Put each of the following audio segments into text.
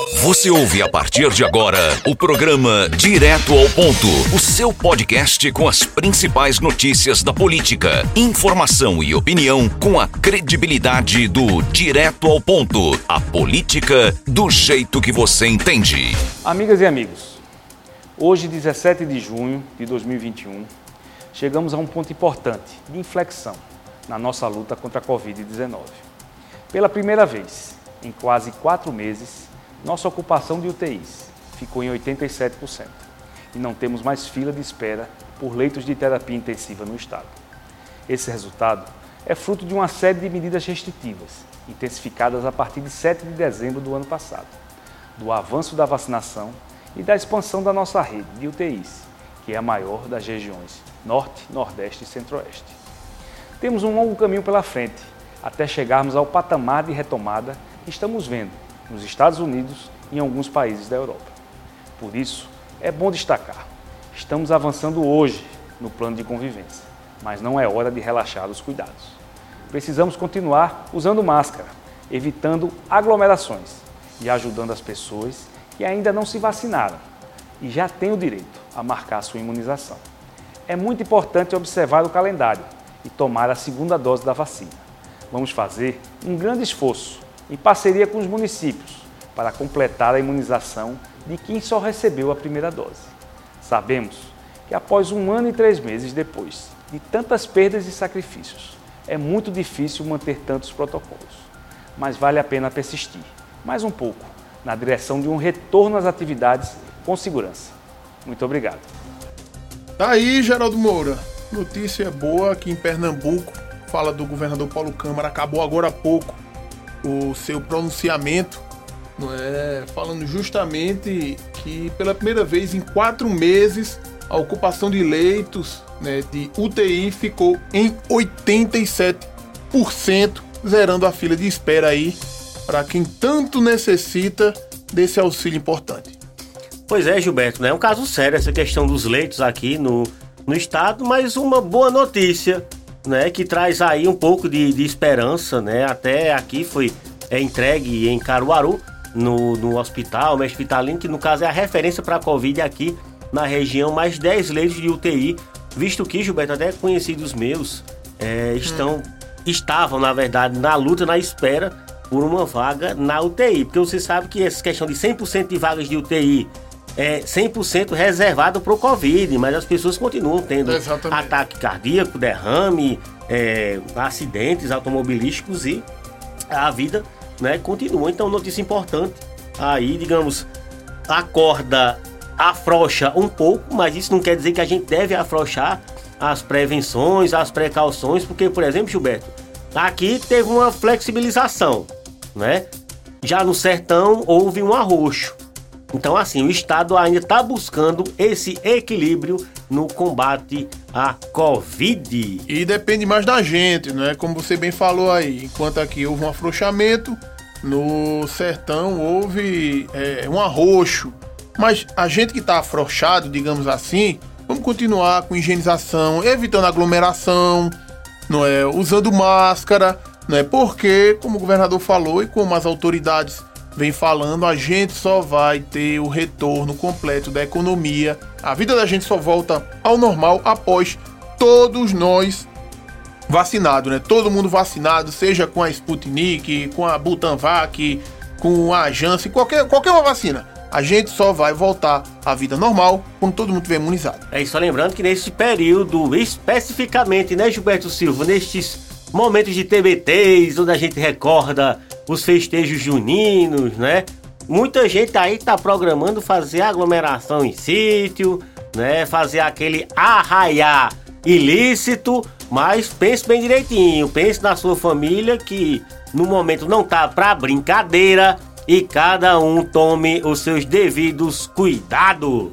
Você ouve a partir de agora o programa Direto ao Ponto, o seu podcast com as principais notícias da política, informação e opinião com a credibilidade do Direto ao Ponto, a política do jeito que você entende. Amigas e amigos, hoje, 17 de junho de 2021, chegamos a um ponto importante de inflexão na nossa luta contra a Covid-19. Pela primeira vez, em quase 4 meses, nossa ocupação de UTIs ficou em 87% e não temos mais fila de espera por leitos de terapia intensiva no estado. Esse resultado é fruto de uma série de medidas restritivas, intensificadas a partir de 7 de dezembro do ano passado, do avanço da vacinação e da expansão da nossa rede de UTIs, que é a maior das regiões Norte, Nordeste e Centro-Oeste. Temos um longo caminho pela frente, até chegarmos ao patamar de retomada que estamos vendo nos Estados Unidos e em alguns países da Europa. Por isso, é bom destacar, estamos avançando hoje no plano de convivência, mas não é hora de relaxar os cuidados. Precisamos continuar usando máscara, evitando aglomerações e ajudando as pessoas que ainda não se vacinaram e já têm o direito a marcar sua imunização. É muito importante observar o calendário e tomar a segunda dose da vacina. Vamos fazer um grande esforço em parceria com os municípios para completar a imunização de quem só recebeu a primeira dose. Sabemos que após 1 ano e 3 meses depois de tantas perdas e sacrifícios, é muito difícil manter tantos protocolos, mas vale a pena persistir mais um pouco na direção de um retorno às atividades com segurança. Muito obrigado. Tá aí, Geraldo Moura. Notícia boa aqui em Pernambuco. Fala do governador Paulo Câmara. Acabou agora há pouco o seu pronunciamento, não é? Falando justamente que pela primeira vez em 4 meses a ocupação de leitos, né, de UTI ficou em 87%, zerando a fila de espera aí para quem tanto necessita desse auxílio importante. Pois é, Gilberto, né? É um caso sério essa questão dos leitos aqui no estado, mas uma boa notícia, né, que traz aí um pouco de esperança, né? Até aqui foi entregue em Caruaru, no hospital, Mestre Vitalino, que no caso é a referência para a Covid aqui na região, mais 10 leitos de UTI, visto que, Gilberto, até conhecidos meus estavam, na verdade, na luta, na espera por uma vaga na UTI, porque você sabe que essa questão de 100% de vagas de UTI é 100% reservado para o Covid, mas as pessoas continuam tendo ataque cardíaco, derrame, acidentes automobilísticos e a vida, né, continua. Então, notícia importante aí, digamos, a corda afrouxa um pouco, mas isso não quer dizer que a gente deve afrouxar as prevenções, as precauções, porque, por exemplo, Gilberto, aqui teve uma flexibilização, né? Já no sertão houve um arroxo. Então, assim, o Estado ainda está buscando esse equilíbrio no combate à Covid. E depende mais da gente, né? Como você bem falou aí, enquanto aqui houve um afrouxamento, no sertão houve um arroxo. Mas a gente que está afrouxado, digamos assim, vamos continuar com higienização, evitando aglomeração, não é? Usando máscara, né? Porque, como o governador falou e como as autoridades vem falando, a gente só vai ter o retorno completo da economia. A vida da gente só volta ao normal após todos nós vacinados, né? Todo mundo vacinado, seja com a Sputnik, com a Butanvac, com a Janssen, qualquer uma vacina. A gente só vai voltar à vida normal quando todo mundo estiver imunizado. É isso, só lembrando que nesse período, especificamente, né, Gilberto Silva, nestes momentos de TBTs, onde a gente recorda os festejos juninos, né? Muita gente aí tá programando fazer aglomeração em sítio, né? Fazer aquele arraiá ilícito, mas pense bem direitinho, pense na sua família que no momento não tá pra brincadeira e cada um tome os seus devidos cuidados.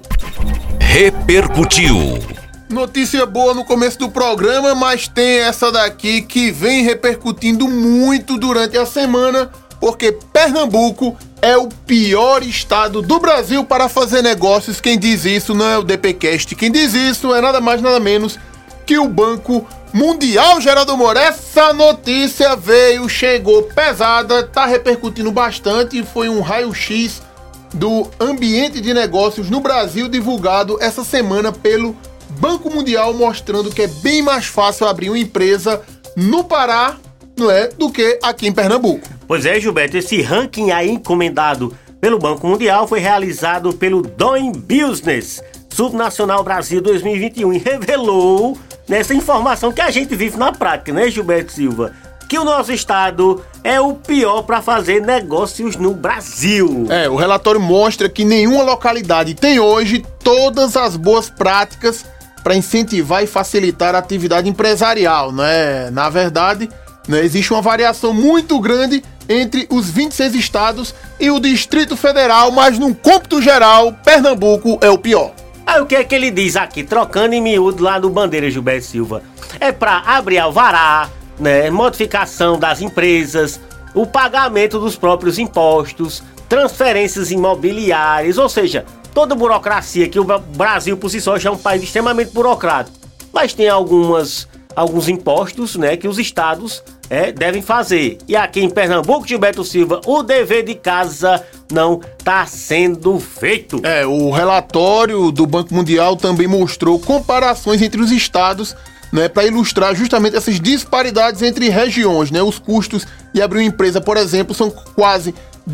Repercutiu. Notícia boa no começo do programa, mas tem essa daqui que vem repercutindo muito durante a semana, porque Pernambuco é o pior estado do Brasil para fazer negócios. Quem diz isso não é o DPcast, quem diz isso é nada mais nada menos que o Banco Mundial. Geraldo Moura, essa notícia chegou pesada, tá repercutindo bastante, foi um raio-x do ambiente de negócios no Brasil divulgado essa semana pelo Banco Mundial, mostrando que é bem mais fácil abrir uma empresa no Pará, não é, do que aqui em Pernambuco. Pois é, Gilberto, esse ranking aí encomendado pelo Banco Mundial foi realizado pelo Doing Business Subnacional Brasil 2021 e revelou nessa informação que a gente vive na prática, né, Gilberto Silva? Que o nosso estado é o pior para fazer negócios no Brasil. O relatório mostra que nenhuma localidade tem hoje todas as boas práticas para incentivar e facilitar a atividade empresarial, né? Na verdade, né, existe uma variação muito grande entre os 26 estados e o Distrito Federal, mas num cômputo geral, Pernambuco é o pior. Aí o que é que ele diz aqui, trocando em miúdo lá no Bandeira, Gilberto Silva? É para abrir alvará, né, modificação das empresas, o pagamento dos próprios impostos, transferências imobiliárias, ou seja, toda a burocracia, que o Brasil por si só já é um país extremamente burocrático. Mas tem alguns impostos, né, que os estados devem fazer. E aqui em Pernambuco, Gilberto Silva, o dever de casa não está sendo feito. O relatório do Banco Mundial também mostrou comparações entre os estados, né, para ilustrar justamente essas disparidades entre regiões, né? Os custos de abrir uma empresa, por exemplo, são quase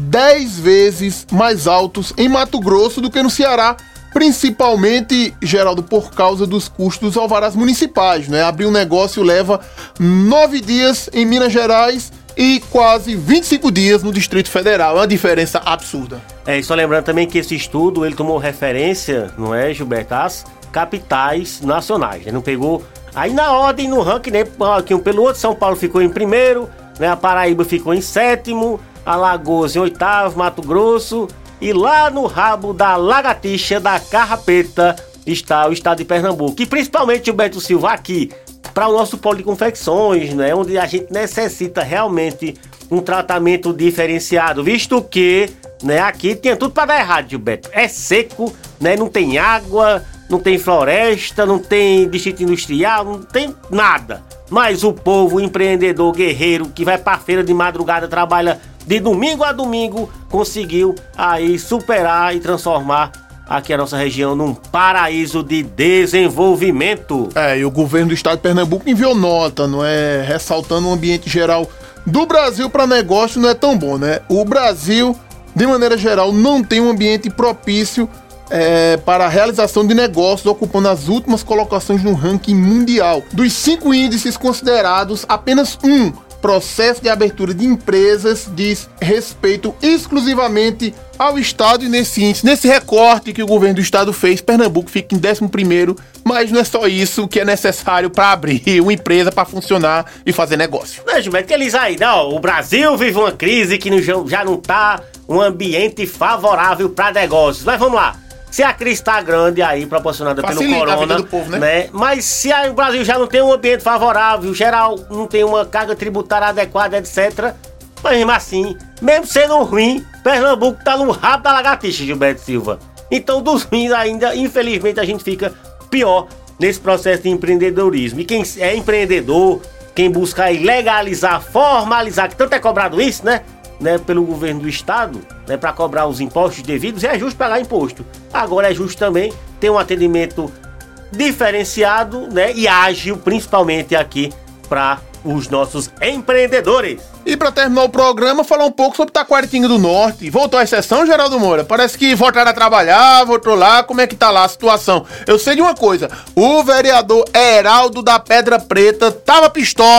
10 vezes mais altos em Mato Grosso do que no Ceará, principalmente, Geraldo, por causa dos custos dos alvarás municipais, né? Abrir um negócio leva 9 dias em Minas Gerais e quase 25 dias no Distrito Federal. É uma diferença absurda. E só lembrando também que esse estudo, ele tomou referência, não é, Gilberto, às capitais nacionais, né? Não pegou... Aí na ordem, no ranking, né, aqui pelo outro, São Paulo ficou em primeiro, né, a Paraíba ficou em sétimo, Alagoas em oitavo, Mato Grosso, e lá no rabo da lagartixa, da carrapeta, está o estado de Pernambuco. E principalmente, Gilberto Silva, aqui, para o nosso polo de confecções, né, onde a gente necessita realmente um tratamento diferenciado, visto que, né, aqui tinha tudo para dar errado, Gilberto. É seco, né, não tem água, não tem floresta, não tem distrito industrial, não tem nada. Mas o povo empreendedor guerreiro que vai pra feira de madrugada, trabalha de domingo a domingo, conseguiu aí superar e transformar aqui a nossa região num paraíso de desenvolvimento. E o governo do estado de Pernambuco enviou nota, não é? Ressaltando o ambiente geral do Brasil para negócio não é tão bom, né? O Brasil, de maneira geral, não tem um ambiente propício para a realização de negócios, ocupando as últimas colocações no ranking mundial. Dos 5 índices considerados, apenas um, processo de abertura de empresas, diz respeito exclusivamente ao estado, e nesse índice, nesse recorte que o governo do estado fez, Pernambuco fica em 11º, mas não é só isso que é necessário para abrir uma empresa para funcionar e fazer negócio. Gilberto, que eles aí, não, o Brasil vive uma crise que já não tá um ambiente favorável para negócios, mas vamos lá. Se a crise tá grande aí, proporcionada pelo corona, a vida do povo, né? Mas se o Brasil já não tem um ambiente favorável, geral, não tem uma carga tributária adequada, etc. Mas mesmo assim, mesmo sendo ruim, Pernambuco tá no rabo da lagartixa, Gilberto Silva. Então, dos ruins ainda, infelizmente, a gente fica pior nesse processo de empreendedorismo. E quem é empreendedor, quem busca aí legalizar, formalizar, que tanto é cobrado isso, né, pelo governo do estado, né, para cobrar os impostos devidos, é justo pagar imposto. Agora é justo também ter um atendimento diferenciado, né, e ágil, principalmente aqui para os nossos empreendedores. E para terminar o programa, falar um pouco sobre Taquaritinga do Norte. Voltou a exceção, Geraldo Moura? Parece que voltaram a trabalhar, voltou lá. Como é que tá lá a situação? Eu sei de uma coisa, o vereador Heraldo da Pedra Preta tava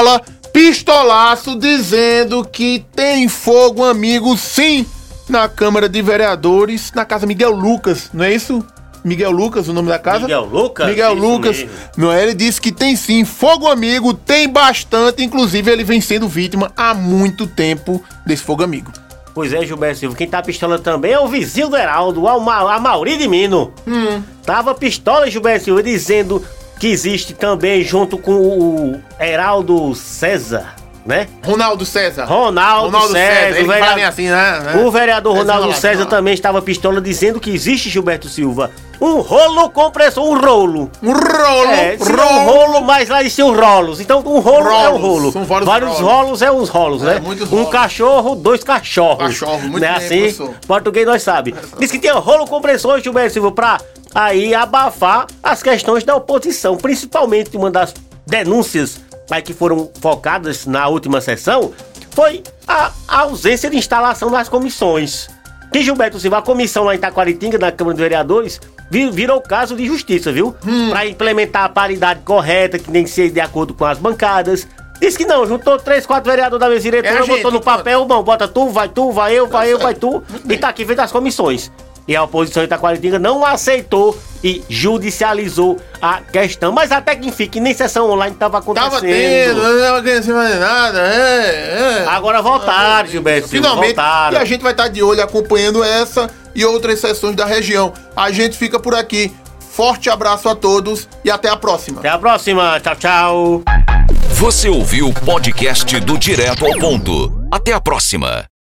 pistolaço, dizendo que tem fogo amigo, sim, na Câmara de Vereadores, na Casa Miguel Lucas, não é isso? Miguel Lucas, o nome da casa? Miguel Lucas? Miguel Lucas, não é? Ele disse que tem sim, fogo amigo, tem bastante, inclusive ele vem sendo vítima há muito tempo desse fogo amigo. Pois é, Gilberto Silva, quem tá pistola também é o vizinho do Heraldo, a Mauri de Mino. Tava pistola, Gilberto Silva, dizendo que existe também, junto com o Heraldo César, né? Ronaldo César. Ronaldo César. Ele fala nem assim, né? O vereador Ronaldo César também estava pistola dizendo que existe, Gilberto Silva, um rolo compressor, um rolo. Um rolo. Um rolo, mas lá existem os rolos. Então, um rolo é um rolo. São vários rolos é uns rolos, né? Muitos um rolos. cachorro, 2 cachorros. Cachorro, muito né? bem, Assim, professor. português nós sabe. Diz que tem um rolo compressor, Gilberto Silva, pra aí abafar as questões da oposição. Principalmente uma das denúncias aí que foram focadas na última sessão foi a ausência de instalação das comissões. Que, Gilberto Silva, a comissão lá em Taquaritinga, na Câmara dos Vereadores, virou caso de justiça, viu? Pra implementar a paridade correta, que tem que ser de acordo com as bancadas. Disse que não, juntou 3, 4 vereadores da mesa diretora, botou no papel, bom, bota tu, vai eu, vai tu, e tá aqui feito as comissões. E a oposição de Taquaritinga não aceitou e judicializou a questão. Mas até que enfim, que nem sessão online estava acontecendo. Tava tendo, não estava querendo fazer nada, Agora voltaram, Gilberto. Finalmente, voltaram. E a gente vai estar de olho acompanhando essa e outras sessões da região. A gente fica por aqui. Forte abraço a todos e até a próxima. Até a próxima. Tchau, tchau. Você ouviu o podcast do Direto ao Ponto. Até a próxima.